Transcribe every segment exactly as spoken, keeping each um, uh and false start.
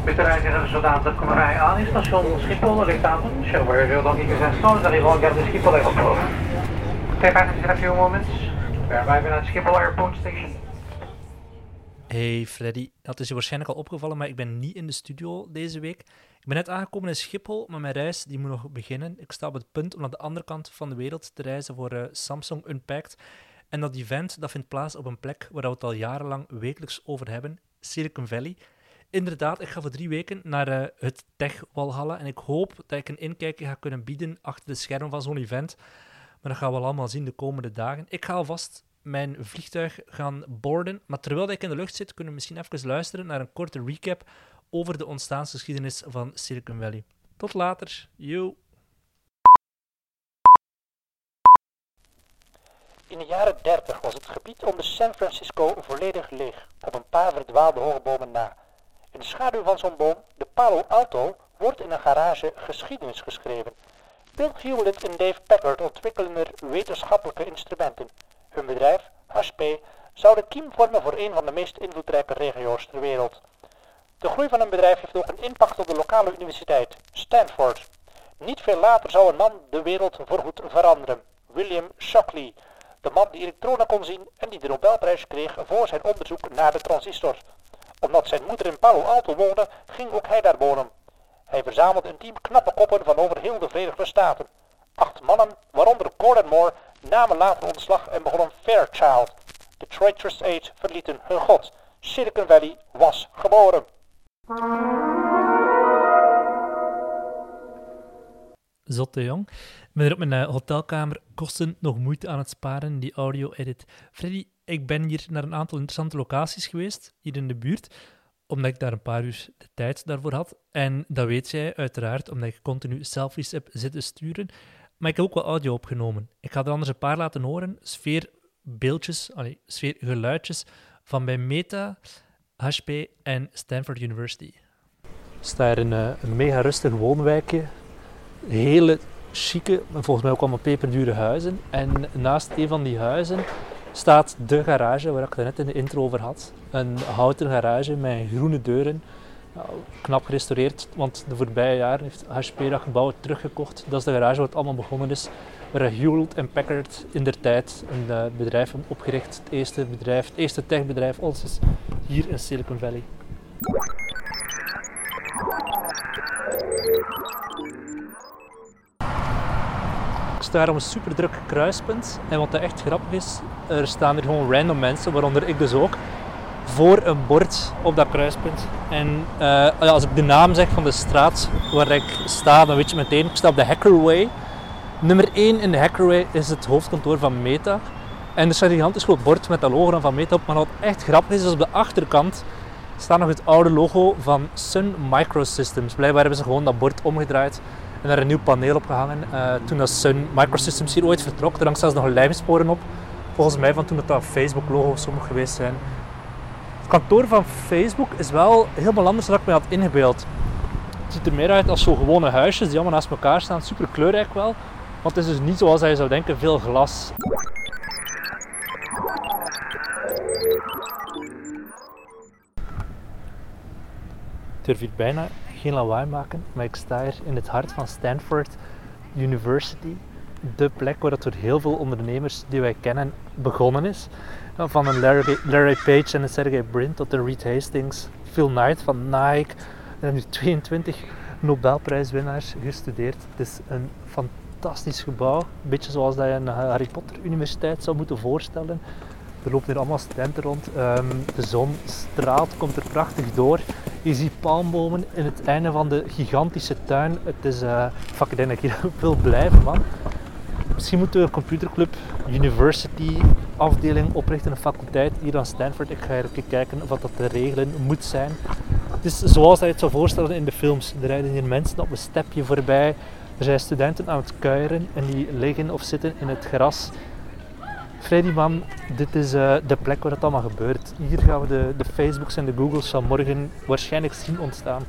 Bitte reiziger zodanig komen wij aan in station Schiphol richting Shelburne. Wil dan niet gezegd staan, dan even aan de Schiphol Airport. Take passengers in a few moments. We are arriving at Schiphol Airport Station. Hey Freddy, dat is je waarschijnlijk al opgevallen, maar ik ben niet in de studio deze week. Ik ben net aangekomen in Schiphol, maar mijn reis die moet nog beginnen. Ik sta op het punt om naar de andere kant van de wereld te reizen voor uh, Samsung Unpacked. En dat event dat vindt plaats op een plek waar we het al jarenlang wekelijks over hebben, Silicon Valley. Inderdaad, ik ga voor drie weken naar uh, het Tech Walhalla en ik hoop dat ik een inkijkje ga kunnen bieden achter de schermen van zo'n event. Maar dat gaan we allemaal zien de komende dagen. Ik ga alvast mijn vliegtuig gaan boarden, maar terwijl ik in de lucht zit, kunnen we misschien even luisteren naar een korte recap over de ontstaansgeschiedenis van Silicon Valley. Tot later. Yo. In de jaren dertig was het gebied om de San Francisco volledig leeg, op een paar verdwaalde hoogbomen na. In de schaduw van zo'n boom, de Palo Alto, wordt in een garage geschiedenis geschreven. Bill Hewlett en Dave Packard ontwikkelen er wetenschappelijke instrumenten. Hun bedrijf, H P, zou de kiem vormen voor een van de meest invloedrijke regio's ter wereld. De groei van hun bedrijf heeft ook een impact op de lokale universiteit, Stanford. Niet veel later zou een man de wereld voorgoed veranderen, William Shockley. De man die elektronen kon zien en die de Nobelprijs kreeg voor zijn onderzoek naar de transistor. Omdat zijn moeder in Palo Alto woonde, ging ook hij daar wonen. Hij verzamelde een team knappe koppen van over heel de Verenigde Staten. Acht mannen, waaronder Gordon Moore, namen later ontslag en begonnen Fairchild. De Traitorous Eight verlieten hun god. Silicon Valley was geboren. Zotte jong. Ik ben er op mijn uh, hotelkamer kosten nog moeite aan het sparen, die audio-edit. Freddy, ik ben hier naar een aantal interessante locaties geweest, hier in de buurt, omdat ik daar een paar uur de tijd daarvoor had. En dat weet jij uiteraard, omdat ik continu selfies heb zitten sturen. Maar ik heb ook wel audio opgenomen. Ik ga er anders een paar laten horen. Sfeerbeeldjes, allee, sfeergeluidjes van bij Meta, H P en Stanford University. Ik sta hier in een, een mega rustig woonwijkje. Hele chique, maar volgens mij ook allemaal peperdure huizen. En naast een van die huizen staat de garage waar ik het net in de intro over had. Een houten garage met groene deuren. Nou, knap gerestaureerd, want de voorbije jaren heeft H P dat gebouw teruggekocht. Dat is de garage waar het allemaal begonnen is. Waar Hewlett en Packard in der tijd een uh, bedrijf hebben opgericht. Het eerste bedrijf, het eerste techbedrijf, ons is hier in Silicon Valley. Ik sta hier op een super druk kruispunt en wat dat echt grappig is, er staan hier gewoon random mensen, waaronder ik dus ook, voor een bord op dat kruispunt. En uh, als ik de naam zeg van de straat waar ik sta, dan weet je meteen, ik sta op de Hackerway. Nummer één in de Hackerway is het hoofdkantoor van Meta. En er staat een gigantisch groot bord met dat logo van Meta op, maar wat echt grappig is, is op de achterkant staat nog het oude logo van Sun Microsystems. Blijkbaar hebben ze gewoon dat bord omgedraaid en daar een nieuw paneel op gehangen. Uh, toen dat Sun Microsystems hier ooit vertrok, er hangt zelfs nog lijmsporen op. Volgens mij van toen het dat Facebook-logo zou nog geweest zijn. Het kantoor van Facebook is wel helemaal anders dan ik me had ingebeeld. Het ziet er meer uit als zo gewone huisjes die allemaal naast elkaar staan. Super kleurrijk wel, want het is dus niet zoals je zou denken, veel glas. Ik durf hier bijna geen lawaai maken, maar ik sta hier in het hart van Stanford University. De plek waar het door heel veel ondernemers die wij kennen begonnen is. Van een Larry, Larry Page en een Sergey Brin tot een Reed Hastings, Phil Knight van Nike. Er hebben nu tweeëntwintig Nobelprijswinnaars gestudeerd. Het is een fantastisch gebouw. Een beetje zoals dat je een Harry Potter universiteit zou moeten voorstellen. Er lopen hier allemaal studenten rond. Um, de zon straalt, komt er prachtig door. Je ziet palmbomen in het einde van de gigantische tuin. Het is, uh, fuck, ik denk dat ik hier wil blijven, man. Misschien moeten we een computerclub University afdeling oprichten, een faculteit hier aan Stanford. Ik ga even kijken of dat te regelen moet zijn. Het is zoals je het zou voorstellen in de films. Er rijden hier mensen op een stepje voorbij. Er zijn studenten aan het kuieren en die liggen of zitten in het gras. Freddy man, dit is uh, de plek waar het allemaal gebeurt. Hier gaan we de, de Facebooks en de Googles van morgen waarschijnlijk zien ontstaan.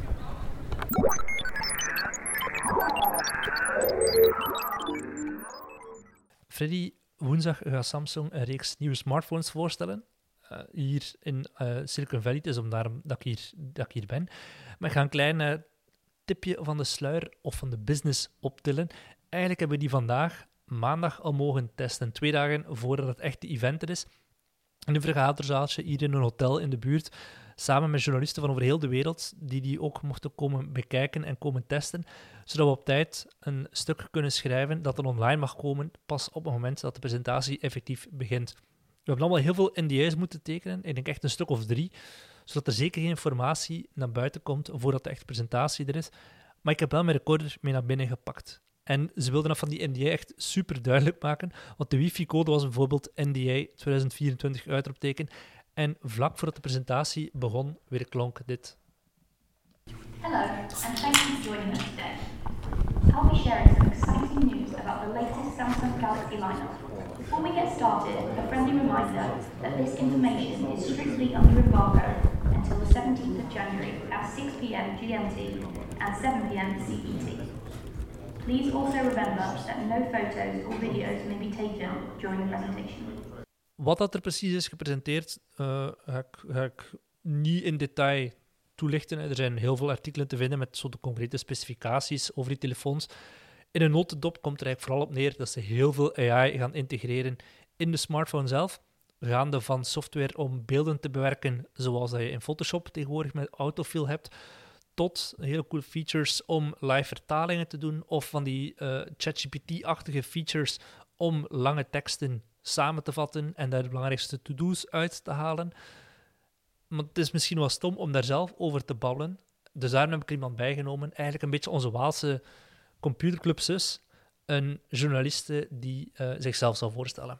Freddy, woensdag gaat Samsung een reeks nieuwe smartphones voorstellen. uh, hier in uh, Silicon Valley. Het is om daarom dat ik hier, dat ik hier ben. Maar ik ga een klein uh, tipje van de sluier of van de business optillen. Eigenlijk hebben we die vandaag, maandag, al mogen testen. Twee dagen voordat het echte event er is. In een vergaderzaaltje hier in een hotel in de buurt. Samen met journalisten van over heel de wereld, die die ook mochten komen bekijken en komen testen, zodat we op tijd een stuk kunnen schrijven dat er online mag komen, pas op het moment dat de presentatie effectief begint. We hebben allemaal heel veel N D A's moeten tekenen, ik denk echt een stuk of drie, zodat er zeker geen informatie naar buiten komt voordat de echte presentatie er is. Maar ik heb wel mijn recorder mee naar binnen gepakt. En ze wilden dat van die N D A echt super duidelijk maken, want de wifi-code was bijvoorbeeld N D A tweeduizend vierentwintig uitroepteken. En vlak voordat de presentatie begon, weer klonk dit. Hello, and thank you for joining us today. I'll be sharing some exciting news about the latest Samsung Galaxy lineup. Before we get started, a friendly reminder that this information is strictly under embargo until the seventeenth of January at six p.m. G M T and seven p.m. C E T. Please also remember that no photos or videos may be taken during the presentation. Wat dat er precies is gepresenteerd, uh, ga, ik, ga ik niet in detail toelichten. Er zijn heel veel artikelen te vinden met zo de concrete specificaties over die telefoons. In een notendop komt er eigenlijk vooral op neer dat ze heel veel A I gaan integreren in de smartphone zelf. Gaande van software om beelden te bewerken, zoals dat je in Photoshop tegenwoordig met autofill hebt, tot hele coole features om live vertalingen te doen, of van die uh, ChatGPT-achtige features om lange teksten samen te vatten en daar de belangrijkste to-do's uit te halen. Maar het is misschien wel stom om daar zelf over te babbelen. Dus daarom heb ik er iemand bijgenomen. Eigenlijk een beetje onze Waalse computerclub-zus. Een journaliste die uh, zichzelf zal voorstellen.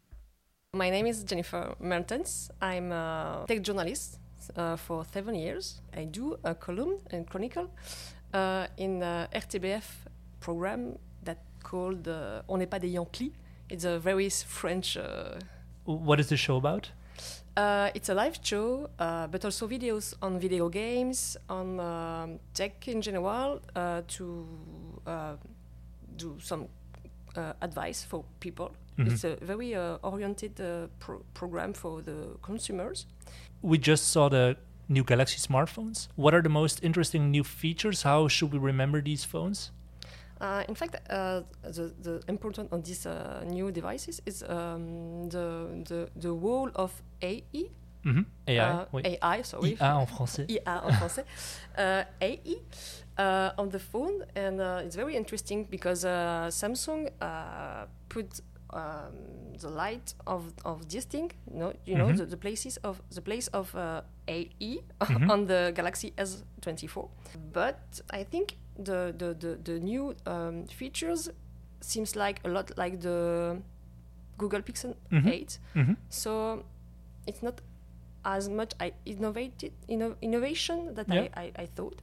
My name is Jennifer Mertens. I'm a tech journalist uh, for seven years. I do a column and chronicle uh, in the R T B F program that called uh, On n'est pas des Yankees. It's a very French... Uh, What is the show about? Uh, it's a live show, uh, but also videos on video games, on uh, tech in general, uh, to uh, do some uh, advice for people. Mm-hmm. It's a very uh, oriented uh, pro- program for the consumers. We just saw the new Galaxy smartphones. What are the most interesting new features? How should we remember these phones? Uh, in fact, uh, the, the important on these uh, new devices is um, the, the the role of A I. Mm-hmm. A I, uh, oui. A I, sorry. I A en français. I A en français. uh, A I uh, on the phone, and uh, it's very interesting because uh, Samsung uh, put um, the light of, of this thing, no, you know, mm-hmm. the, the places of the place of uh, A I mm-hmm. on the Galaxy S twenty-four. But I think the the the, the new um, features seems like a lot like the Google Pixel mm-hmm. eight. Mm-hmm. So it's not as much I innovated inno- innovation that yeah. I, I, I thought.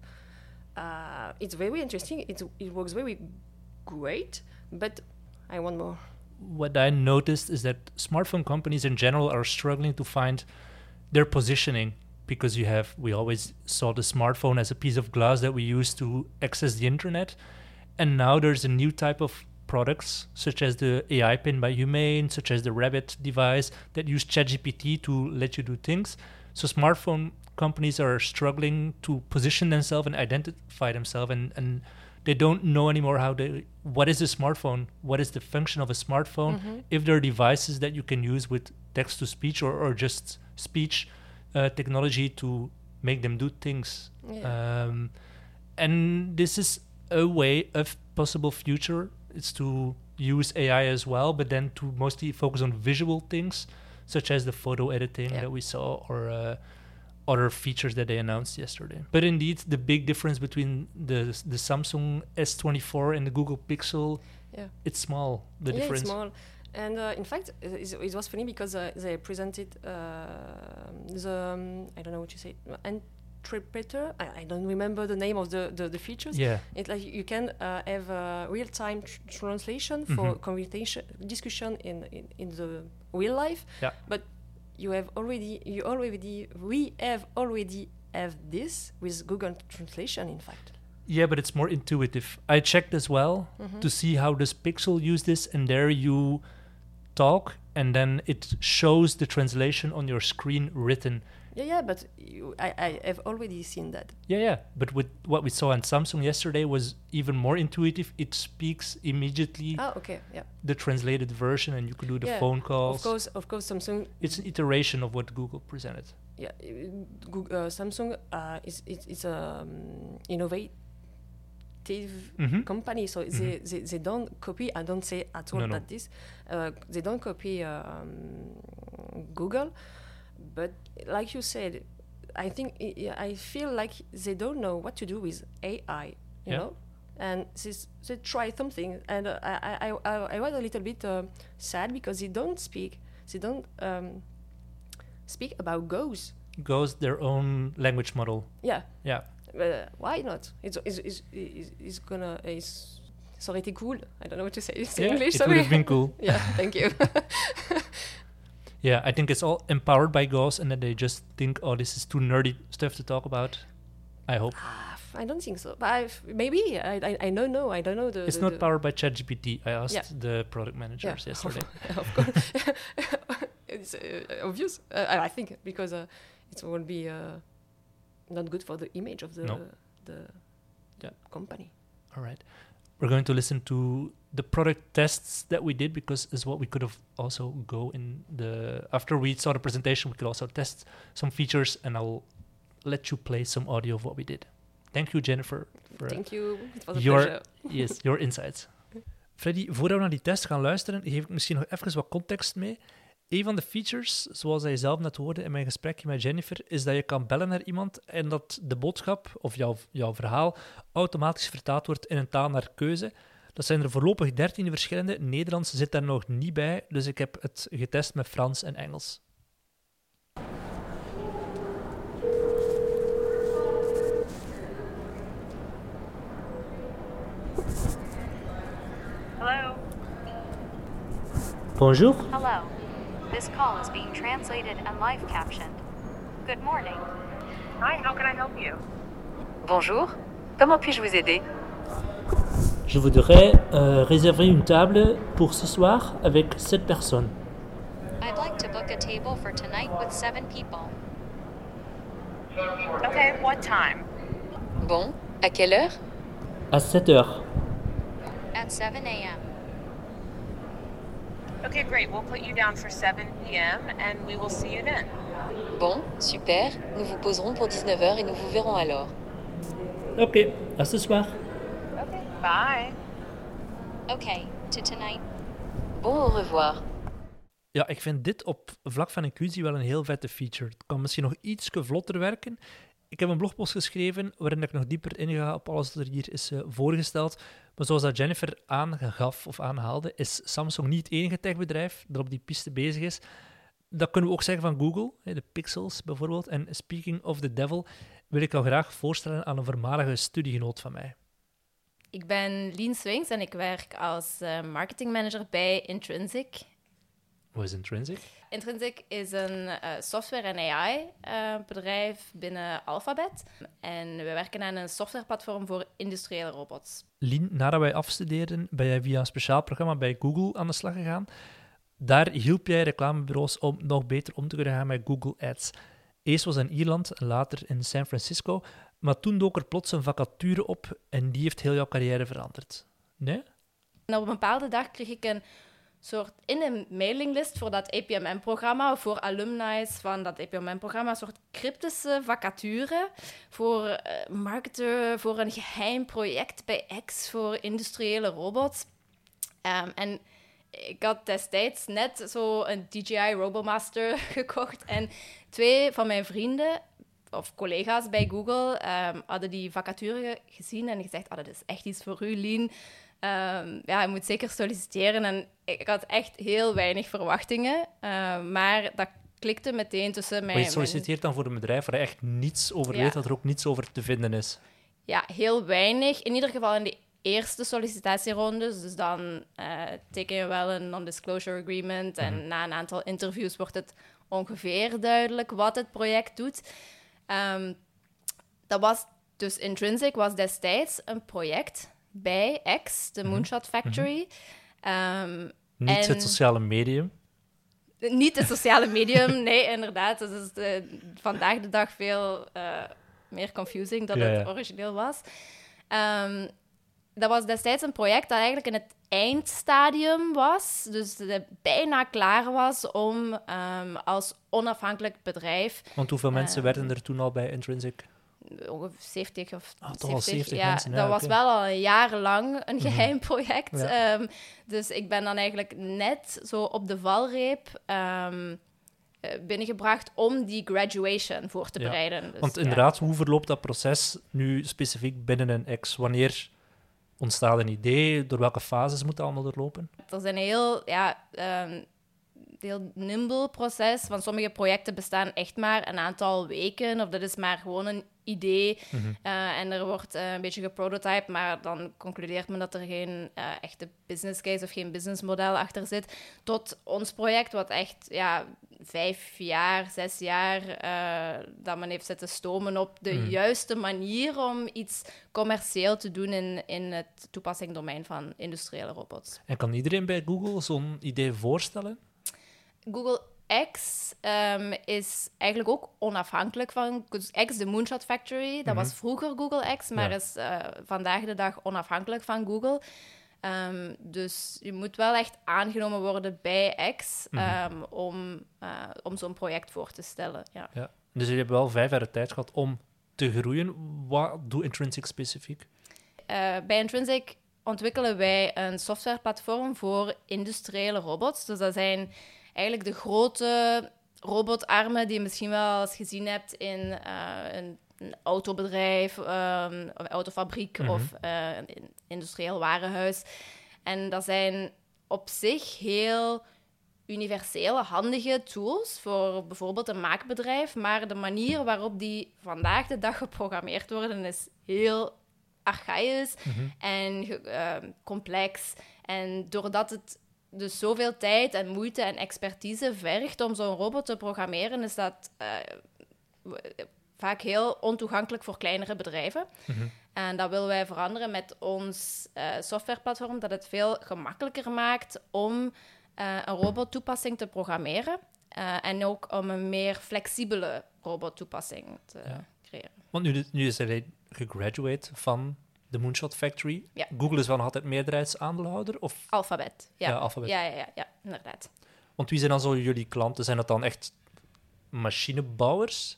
Uh, it's very interesting. It it works very great, but I want more. What I noticed is that smartphone companies in general are struggling to find their positioning, because you have we always saw the smartphone as a piece of glass that we use to access the internet, and now there's a new type of products such as the A I pin by Humane, such as the Rabbit device that use ChatGPT to let you do things. So smartphone companies are struggling to position themselves and identify themselves, and, and they don't know anymore how they what is a smartphone, what is the function of a smartphone, mm-hmm. if there are devices that you can use with text to speech or, or just speech uh, technology to make them do things. Yeah. Um, and this is a way of possible future. It's to use A I as well, but then to mostly focus on visual things, such as the photo editing yeah. that we saw, or uh, other features that they announced yesterday. But indeed, the big difference between the the Samsung S twenty-four and the Google Pixel, yeah. it's small, the yeah, difference. It's small. And uh, in fact, it, it was funny because uh, they presented uh, the, um, I don't know what you say, interpreter. I, I don't remember the name of the, the, the features. Yeah. It's like you can uh, have a real-time tr- translation for mm-hmm. conversation, discussion in, in, in the real life. Yeah. But you have already, you already, we have already have this with Google Translation, in fact. Yeah, but it's more intuitive. I checked as well mm-hmm. to see how does Pixel use this, and there you talk and then it shows the translation on your screen written. Yeah, yeah, but you, I, I have already seen that. Yeah, yeah, but with what we saw on Samsung yesterday was even more intuitive. It speaks immediately Oh, okay, yeah. the translated version, and you could do the Yeah, phone calls. Of course, of course, Samsung. It's an iteration of what Google presented. Yeah, Google, uh, Samsung uh, is is is a um, innovative Mhm. company, so Mhm. they, they they don't copy. I don't say at all No, no. that this. Uh, they don't copy um, Google, but like you said, I think I, I feel like they don't know what to do with A I. You Yeah. know. And they, they try something, and uh, I, I, I, I was a little bit uh, sad because they don't speak. They don't um, speak about Go's. Goes their own language model. Yeah. Yeah. Uh, why not? It's it's it's, it's, it's gonna it's ça aurait été cool. I don't know what to say in Yeah, English. it sorry. would have been cool. Yeah, thank you. Yeah, I think it's all empowered by Gauss, and then they just think, oh, this is too nerdy stuff to talk about. I hope. Ah, I don't think so. But I've, maybe I, I I don't know. I don't know the. It's the, not the powered by ChatGPT. I asked Yeah. the product managers Yeah. yesterday. Of course, it's uh, obvious. Uh, I think because uh, it will be uh, not good for the image of the No. the Yeah. company. All right. We're going to listen to the product tests that we did, because it's what we could have also go in the... After we saw the presentation, we could also test some features, and I'll let you play some audio of what we did. Thank you, Jennifer, for Thank you. It was a your, pleasure. yes, your insights. Freddy, voordat we naar die test gaan luisteren, geef ik misschien nog even wat context mee. Een van de features, zoals hij zelf net hoorde in mijn gesprekje met Jennifer, is dat je kan bellen naar iemand en dat de boodschap of jouw, jouw verhaal automatisch vertaald wordt in een taal naar keuze. Dat zijn er voorlopig dertien verschillende. Nederlands zit daar nog niet bij, dus ik heb het getest met Frans en Engels. Hello. Bonjour. Hello. This call is being translated and live captioned. Good morning. Hi, how can I help you? Bonjour, comment puis-je vous aider? Je voudrais euh, réserver une table pour ce soir avec sept personnes. I'd like to book a table for tonight with seven people. Okay, what time? Bon, à quelle heure? À sept heures. At seven a.m. Okay, great. We'll put you down for seven p.m. and we will see you then. Bon, super, nous vous poserons pour dix-neuf heures et nous vous verrons alors. Ok, à ce soir. Okay. Bye. Okay, to tonight. Bon, au revoir. Ja, ik vind dit op vlak van inclusie wel een heel vette feature. Het kan misschien nog iets vlotter werken. Ik heb een blogpost geschreven waarin ik nog dieper inga op alles wat er hier is uh, voorgesteld. Maar zoals dat Jennifer aangaf of aanhaalde, is Samsung niet het enige techbedrijf dat op die piste bezig is. Dat kunnen we ook zeggen van Google, de Pixels bijvoorbeeld. En speaking of the devil, wil ik jou graag voorstellen aan een voormalige studiegenoot van mij. Ik ben Lien Swings en ik werk als uh, marketingmanager bij Intrinsic. Wat is Intrinsic? Intrinsic is een uh, software- en A I-bedrijf uh, binnen Alphabet. En we werken aan een softwareplatform voor industriële robots. Lien, nadat wij afstudeerden, ben jij via een speciaal programma bij Google aan de slag gegaan. Daar hielp jij reclamebureaus om nog beter om te kunnen gaan met Google Ads. Eerst was in Ierland en later in San Francisco. Maar toen dook er plots een vacature op en die heeft heel jouw carrière veranderd. Nee? En op een bepaalde dag kreeg ik een soort in een mailinglist voor dat A P M M-programma, voor alumni van dat A P M M-programma, een soort cryptische vacature voor uh, marketer, voor een geheim project bij X voor industriële robots. Um, en ik had destijds net zo een D J I Robomaster gekocht en twee van mijn vrienden of collega's bij Google um, hadden die vacature gezien en gezegd, oh, dat is echt iets voor u, Lien. Um, ja, je moet zeker solliciteren. En ik had echt heel weinig verwachtingen. Uh, maar dat klikte meteen tussen mij... Maar je solliciteert dan voor een bedrijf waar je echt niets over weet, ja. dat er ook niets over te vinden is. Ja, heel weinig. In ieder geval in de eerste sollicitatierondes. Dus dan uh, teken je wel een non-disclosure agreement. En mm-hmm. na een aantal interviews wordt het ongeveer duidelijk wat het project doet. Um, dat was dus Intrinsic was destijds een project bij X, de Moonshot Factory. Mm-hmm. Um, Niet en... het sociale medium. Niet het sociale medium, nee, inderdaad. Dat is de, vandaag de dag veel uh, meer confusing dan ja, het ja. origineel was. Um, dat was destijds een project dat eigenlijk in het eindstadium was. Dus dat bijna klaar was om um, als onafhankelijk bedrijf... Want hoeveel uh, mensen werden er toen al bij Intrinsic? Ongeveer zeventig of ah, toch al zeventig ja, mensen. Ja, dat okay. was wel al jarenlang een geheim project. Ja. Um, dus ik ben dan eigenlijk net zo op de valreep um, binnengebracht om die graduation voor te bereiden. Ja. Dus, Want ja. inderdaad, hoe verloopt dat proces nu specifiek binnen een X? Wanneer ontstaat een idee? Door welke fases moet het allemaal doorlopen? Er zijn heel... Ja, um, heel nimble proces. Want sommige projecten bestaan echt maar een aantal weken. Of dat is maar gewoon een idee. Mm-hmm. Uh, en er wordt uh, een beetje geprototyped, maar dan concludeert men dat er geen uh, echte business case of geen businessmodel achter zit. Tot ons project, wat echt ja, vijf jaar, zes jaar, uh, dat men heeft zitten stomen op de mm. juiste manier om iets commercieel te doen in, in het toepassingsdomein van industriële robots. En kan iedereen bij Google zo'n idee voorstellen? Google X um, is eigenlijk ook onafhankelijk van... X, de Moonshot Factory, dat mm-hmm. was vroeger Google X, maar ja. is uh, vandaag de dag onafhankelijk van Google. Um, dus je moet wel echt aangenomen worden bij X mm-hmm. um, om, uh, om zo'n project voor te stellen. Ja. Ja. Dus je hebt wel vijf jaar de tijd gehad om te groeien. Wat doet Intrinsic specifiek? Uh, bij Intrinsic ontwikkelen wij een softwareplatform voor industriële robots. Dus dat zijn... Eigenlijk de grote robotarmen die je misschien wel eens gezien hebt in uh, een, een autobedrijf, um, een autofabriek mm-hmm. of uh, een industrieel warenhuis. En dat zijn op zich heel universele, handige tools voor bijvoorbeeld een maakbedrijf. Maar de manier waarop die vandaag de dag geprogrammeerd worden is heel archaïs mm-hmm. en uh, complex. En doordat het dus zoveel tijd en moeite en expertise vergt om zo'n robot te programmeren, is dat uh, vaak heel ontoegankelijk voor kleinere bedrijven. Mm-hmm. En dat willen wij veranderen met ons uh, softwareplatform, dat het veel gemakkelijker maakt om uh, een robottoepassing te programmeren uh, en ook om een meer flexibele robottoepassing te ja. creëren. Want nu, nu is hij gegraduate van de Moonshot Factory. Ja. Google is wel nog altijd meerderheidsaandeelhouder? Of? Alphabet. Ja. Ja, Alphabet. Ja, ja, ja, ja, inderdaad. Want wie zijn dan zo jullie klanten? Zijn dat dan echt machinebouwers?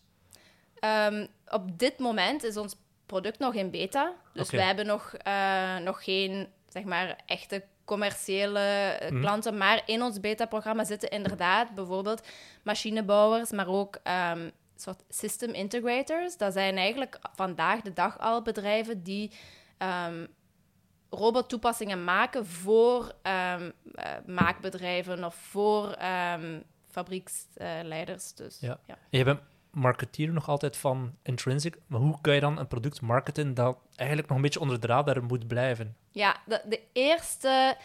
Um, op dit moment is ons product nog in beta. Dus okay. wij hebben nog, uh, nog geen, zeg maar, echte commerciële uh, mm. klanten. Maar in ons beta-programma zitten inderdaad bijvoorbeeld machinebouwers, maar ook um, soort system integrators. Dat zijn eigenlijk vandaag de dag al bedrijven die um, robottoepassingen maken voor um, uh, maakbedrijven of voor um, fabrieksleiders. Uh, dus, ja. Ja. Je bent marketeer nog altijd van Intrinsic, maar hoe kan je dan een product marketen dat eigenlijk nog een beetje onder de radar moet blijven? Ja, de, de eerste...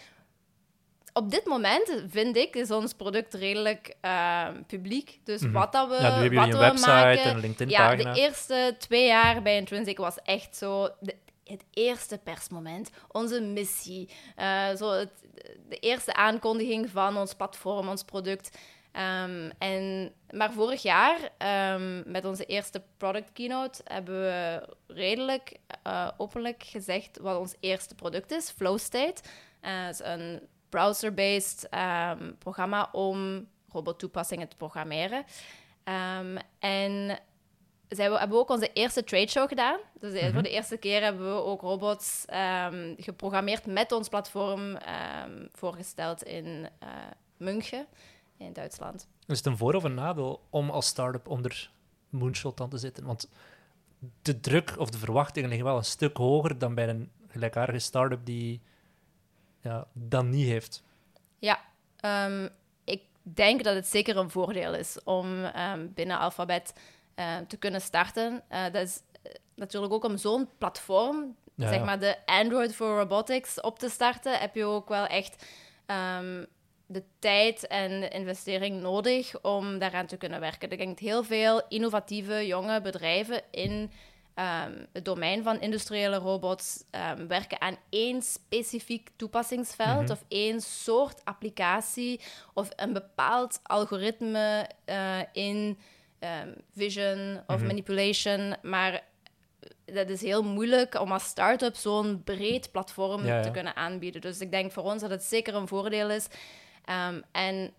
Op dit moment, vind ik, is ons product redelijk uh, publiek. Dus mm-hmm. wat dat we, ja, nu hebben wat jullie we een website maken... en een LinkedIn-pagina. Ja, de eerste twee jaar bij Intrinsic was echt zo... De, het eerste persmoment, onze missie. Uh, zo het, de eerste aankondiging van ons platform, ons product. Um, en, maar vorig jaar, um, met onze eerste product keynote, hebben we redelijk uh, openlijk gezegd wat ons eerste product is, FlowState. Uh, is een browser-based um, programma om robottoepassingen te programmeren. Um, en zij hebben we ook onze eerste tradeshow gedaan. Dus mm-hmm. voor de eerste keer hebben we ook robots um, geprogrammeerd met ons platform um, voorgesteld in uh, München, in Duitsland. Is het een voor- of een nadeel om als start-up onder Moonshot aan te zitten? Want de druk of de verwachtingen liggen wel een stuk hoger dan bij een gelijkaardige start-up die ja, dat niet heeft. Ja, um, ik denk dat het zeker een voordeel is om um, binnen Alphabet uh, te kunnen starten. Uh, dat is uh, natuurlijk ook om zo'n platform, ja, zeg maar de Android for Robotics, op te starten, heb je ook wel echt um, de tijd en de investering nodig om daaraan te kunnen werken. Er zijn heel veel innovatieve jonge bedrijven in um, het domein van industriële robots um, werken aan één specifiek toepassingsveld Mm-hmm. of één soort applicatie of een bepaald algoritme uh, in um, vision of Mm-hmm. manipulation, maar dat is heel moeilijk om als start-up zo'n breed platform Ja, ja. te kunnen aanbieden. Dus ik denk voor ons dat het zeker een voordeel is. Um, en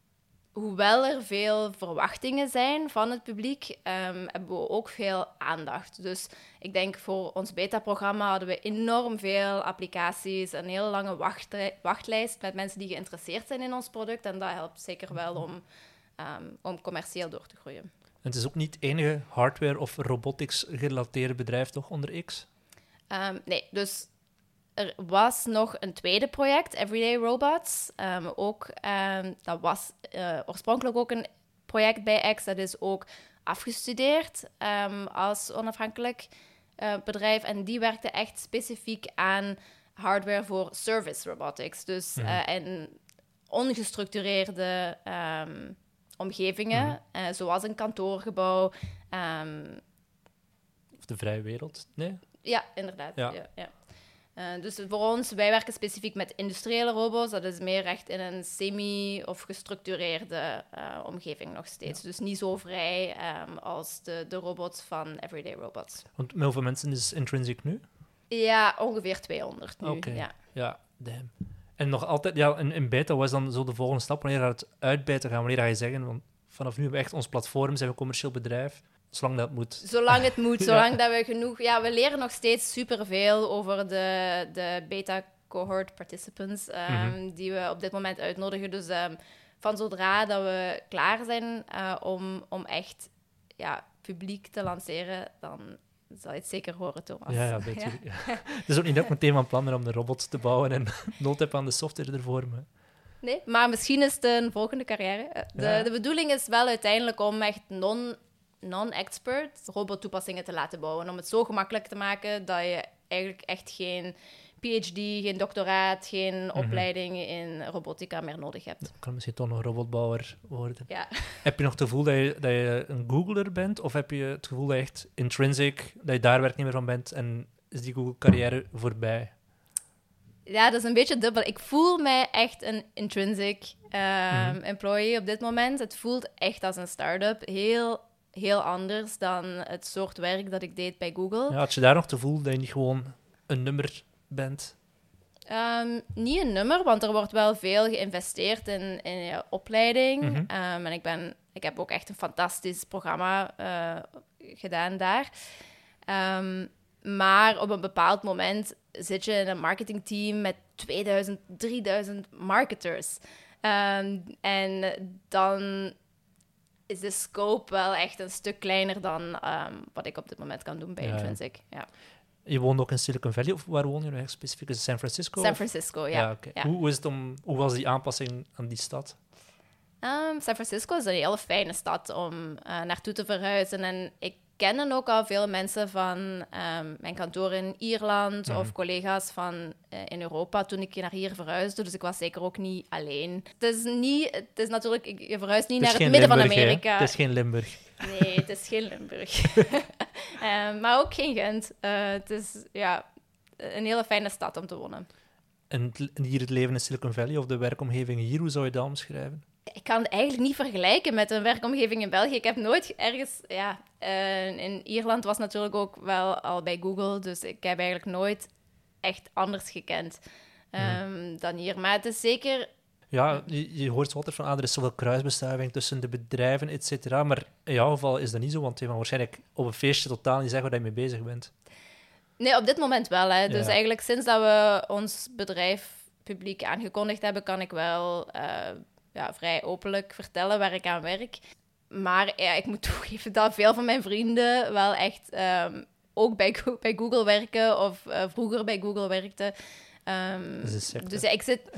hoewel er veel verwachtingen zijn van het publiek, um, hebben we ook veel aandacht. Dus ik denk voor ons beta-programma hadden we enorm veel applicaties, een hele lange wachtrij- wachtlijst met mensen die geïnteresseerd zijn in ons product. En dat helpt zeker wel om, um, om commercieel door te groeien. Het is ook niet het enige hardware- of robotics-gerelateerde bedrijf toch onder X? Um, nee, dus er was nog een tweede project, Everyday Robots. Um, ook, um, dat was uh, oorspronkelijk ook een project bij X. Dat is ook afgestudeerd um, als onafhankelijk uh, bedrijf. En die werkte echt specifiek aan hardware voor service robotics. Dus Mhm. uh, en ongestructureerde um, omgevingen, Mhm. uh, zoals een kantoorgebouw. Um, Of de vrije wereld? Nee? ja, inderdaad. Ja. Ja, ja. Uh, dus voor ons, wij werken specifiek met industriële robots. Dat is meer echt in een semi- of gestructureerde uh, omgeving nog steeds. Ja. Dus niet zo vrij um, als de, de robots van Everyday Robots. Want met hoeveel mensen is Intrinsic nu? Ja, ongeveer tweehonderd nu. Oké. Ja. Ja, damn. En nog altijd, ja, in, in beta was dan zo de volgende stap. Wanneer gaat het uitbijten gaan? Wanneer ga je zeggen, want vanaf nu hebben we echt ons platform, zijn we een commercieel bedrijf, zolang dat moet. Zolang het moet, Ja. zolang dat we genoeg... Ja, we leren nog steeds superveel over de, de beta-cohort participants um, Mhm. die we op dit moment uitnodigen. Dus um, van zodra dat we klaar zijn uh, om, om echt ja, publiek te lanceren, dan zal je het zeker horen, Thomas. Ja, ja, natuurlijk. Ja. Het is ook niet dat ik meteen van plan ben om de robots te bouwen en nood heb aan de software ervoor. Maar... Nee, maar misschien is het een volgende carrière. Uh, De, Ja. de bedoeling is wel uiteindelijk om echt non... non-expert robottoepassingen te laten bouwen. Om het zo gemakkelijk te maken dat je eigenlijk echt geen P H D, geen doctoraat, geen Mhm. opleiding in robotica meer nodig hebt. Ik kan misschien toch nog robotbouwer worden. Ja. Heb je nog het gevoel dat je, dat je een Googler bent? Of heb je het gevoel dat je echt Intrinsic, dat je daar werknemer van bent en is die Google-carrière voorbij? Ja, dat is een beetje dubbel. Ik voel mij echt een intrinsic um, Mhm. employee op dit moment. Het voelt echt als een start-up. Heel, heel anders dan het soort werk dat ik deed bij Google. Ja, had je daar nog het gevoel dat je niet gewoon een nummer bent? Um, niet een nummer, want er wordt wel veel geïnvesteerd in, in je opleiding. Mhm. Um, en ik, ben, ik heb ook echt een fantastisch programma uh, gedaan daar. Um, maar op een bepaald moment zit je in een marketingteam met tweeduizend, drieduizend marketers. Um, en dan is de scope wel echt een stuk kleiner dan um, wat ik op dit moment kan doen bij Ja. Intrinsic. Ja. Je woont ook in Silicon Valley, of waar woon je nu echt specifiek? Is het San Francisco? San of- Francisco, ja. oké. ja. Hoe, hoe, is het om, hoe was die aanpassing aan die stad? Um, San Francisco is een hele fijne stad om uh, naartoe te verhuizen. En ik ken ook al veel mensen van um, mijn kantoor in Ierland Mhm. of collega's van uh, in Europa toen ik naar hier verhuisde. Dus ik was zeker ook niet alleen. Het is, niet, het is natuurlijk, ik- je verhuist niet Het is naar het geen midden van Limburg, hè? Amerika. Het is geen Limburg. Nee, het is geen Limburg. um, maar ook geen Gent. Uh, het is ja, een hele fijne stad om te wonen. En het- en hier het leven in Silicon Valley of de werkomgeving hier, hoe zou je dat omschrijven? Ik kan het eigenlijk niet vergelijken met een werkomgeving in België. Ik heb nooit ergens... Ja, uh, in Ierland was natuurlijk ook wel al bij Google, dus ik heb eigenlijk nooit echt anders gekend um, dan hier. Maar het is zeker... Ja, je, je hoort zo altijd van, ah, er is zoveel kruisbestuiving tussen de bedrijven, et cetera. Maar in jouw geval is dat niet zo, want je gaat waarschijnlijk op een feestje totaal niet zeggen waar je mee bezig bent. Nee, op dit moment wel. Hè. Dus Ja. eigenlijk sinds dat we ons bedrijf publiek aangekondigd hebben, kan ik wel uh, ja, vrij openlijk vertellen waar ik aan werk. Maar ja, ik moet toegeven dat veel van mijn vrienden wel echt um, ook bij, Go- bij Google werken of uh, vroeger bij Google werkten. Um, Dat is een secte. dus ja, ik zit...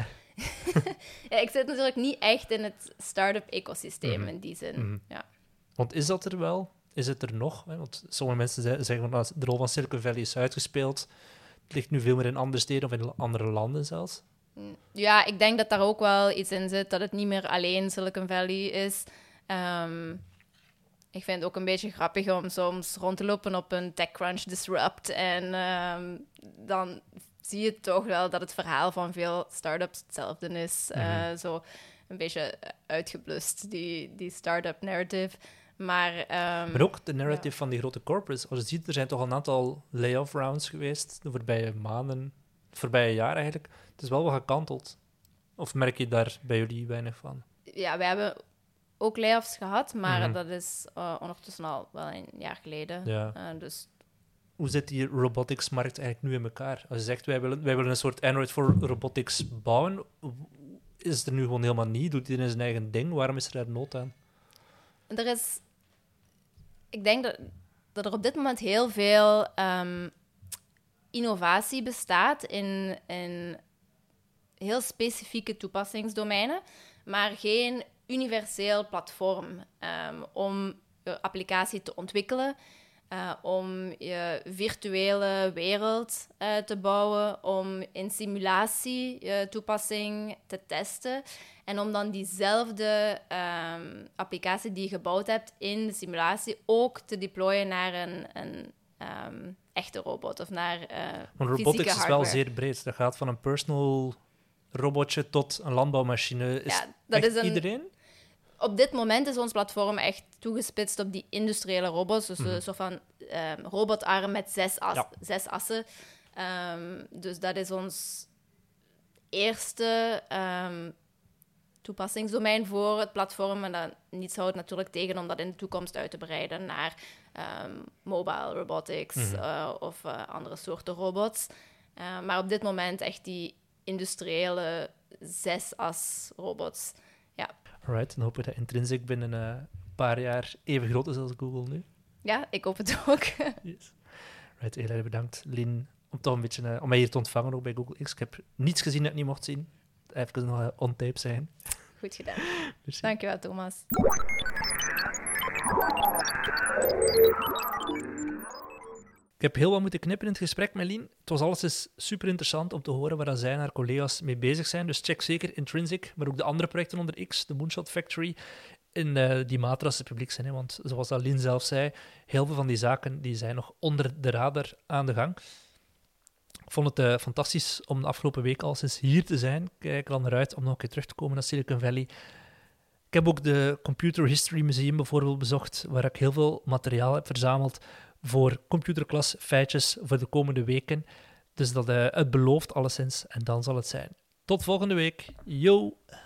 ja, ik zit natuurlijk niet echt in het start-up ecosysteem Mhm. in die zin. Mhm. Ja. Want is dat er wel? Is het er nog? Hè? Want sommige mensen ze- zeggen van, ah, de rol van Silicon Valley is uitgespeeld. Het ligt nu veel meer in andere steden of in andere landen zelfs. Ja, ik denk dat daar ook wel iets in zit, dat het niet meer alleen Silicon Valley is. Um, ik vind het ook een beetje grappig om soms rond te lopen op een TechCrunch Disrupt. En um, dan zie je toch wel dat het verhaal van veel startups hetzelfde is. Mm-hmm. Uh, zo een beetje uitgeblust, die, die start-up narrative. Maar, um, maar ook de narrative ja. van die grote corporates. Als je ziet, er zijn toch al een aantal lay-off rounds geweest de voorbije maanden, het voorbije jaar eigenlijk. Het is wel wat gekanteld. Of merk je daar bij jullie weinig van? Ja, we hebben ook lay-offs gehad, maar mm-hmm. dat is uh, ondertussen al wel een jaar geleden. Ja. Uh, dus... Hoe zit die robotics-markt eigenlijk nu in elkaar? Als je zegt, wij willen, wij willen een soort Android voor robotics bouwen, is het er nu gewoon helemaal niet? Doet iedereen zijn eigen ding? Waarom is er daar nood aan? Er is... Ik denk dat, dat er op dit moment heel veel um, innovatie bestaat in, in heel specifieke toepassingsdomeinen, maar geen universeel platform um, om je applicatie te ontwikkelen, uh, om je virtuele wereld uh, te bouwen, om in simulatie je toepassing te testen en om dan diezelfde um, applicatie die je gebouwd hebt in de simulatie ook te deployen naar een, een um, echte robot of naar uh, Want fysieke robotics is hardware. wel zeer breed. Dat gaat van een personal robotje tot een landbouwmachine. Is ja, dat echt is een, iedereen? Op dit moment is ons platform echt toegespitst op die industriële robots. Dus mm-hmm. een soort van um, robotarm met zes, as, ja. zes assen. Um, dus dat is ons eerste um, toepassingsdomein voor het platform. En dat niets houdt natuurlijk tegen om dat in de toekomst uit te breiden naar um, mobile robotics mm-hmm. uh, of uh, andere soorten robots. Uh, maar op dit moment echt die industriële zes-as robots. Ja. Alright, dan hopen we dat Intrinsic binnen een uh, paar jaar even groot is als Google nu. Ja, ik hoop het ook. Yes. Right, heel erg bedankt, Lien, om toch een beetje uh, om mij hier te ontvangen ook bij Google X. Ik heb niets gezien dat ik niet mocht zien. Even nog uh, on tape zijn. Goed gedaan. Dankjewel, Thomas. Ik heb heel wat moeten knippen in het gesprek met Lien. Het was alleszins super interessant om te horen waar zij en haar collega's mee bezig zijn. Dus check zeker Intrinsic, maar ook de andere projecten onder X, de Moonshot Factory, in uh, die mate als ze publiek zijn. Hè? Want zoals Lien zelf zei, heel veel van die zaken die zijn nog onder de radar aan de gang. Ik vond het uh, fantastisch om de afgelopen week al sinds hier te zijn. Ik kijk er al naar uit om nog een keer terug te komen naar Silicon Valley. Ik heb ook de Computer History Museum bijvoorbeeld bezocht, waar ik heel veel materiaal heb verzameld voor computerklas feitjes voor de komende weken. Dus dat uh, het belooft alleszins en dan zal het zijn. Tot volgende week. Yo!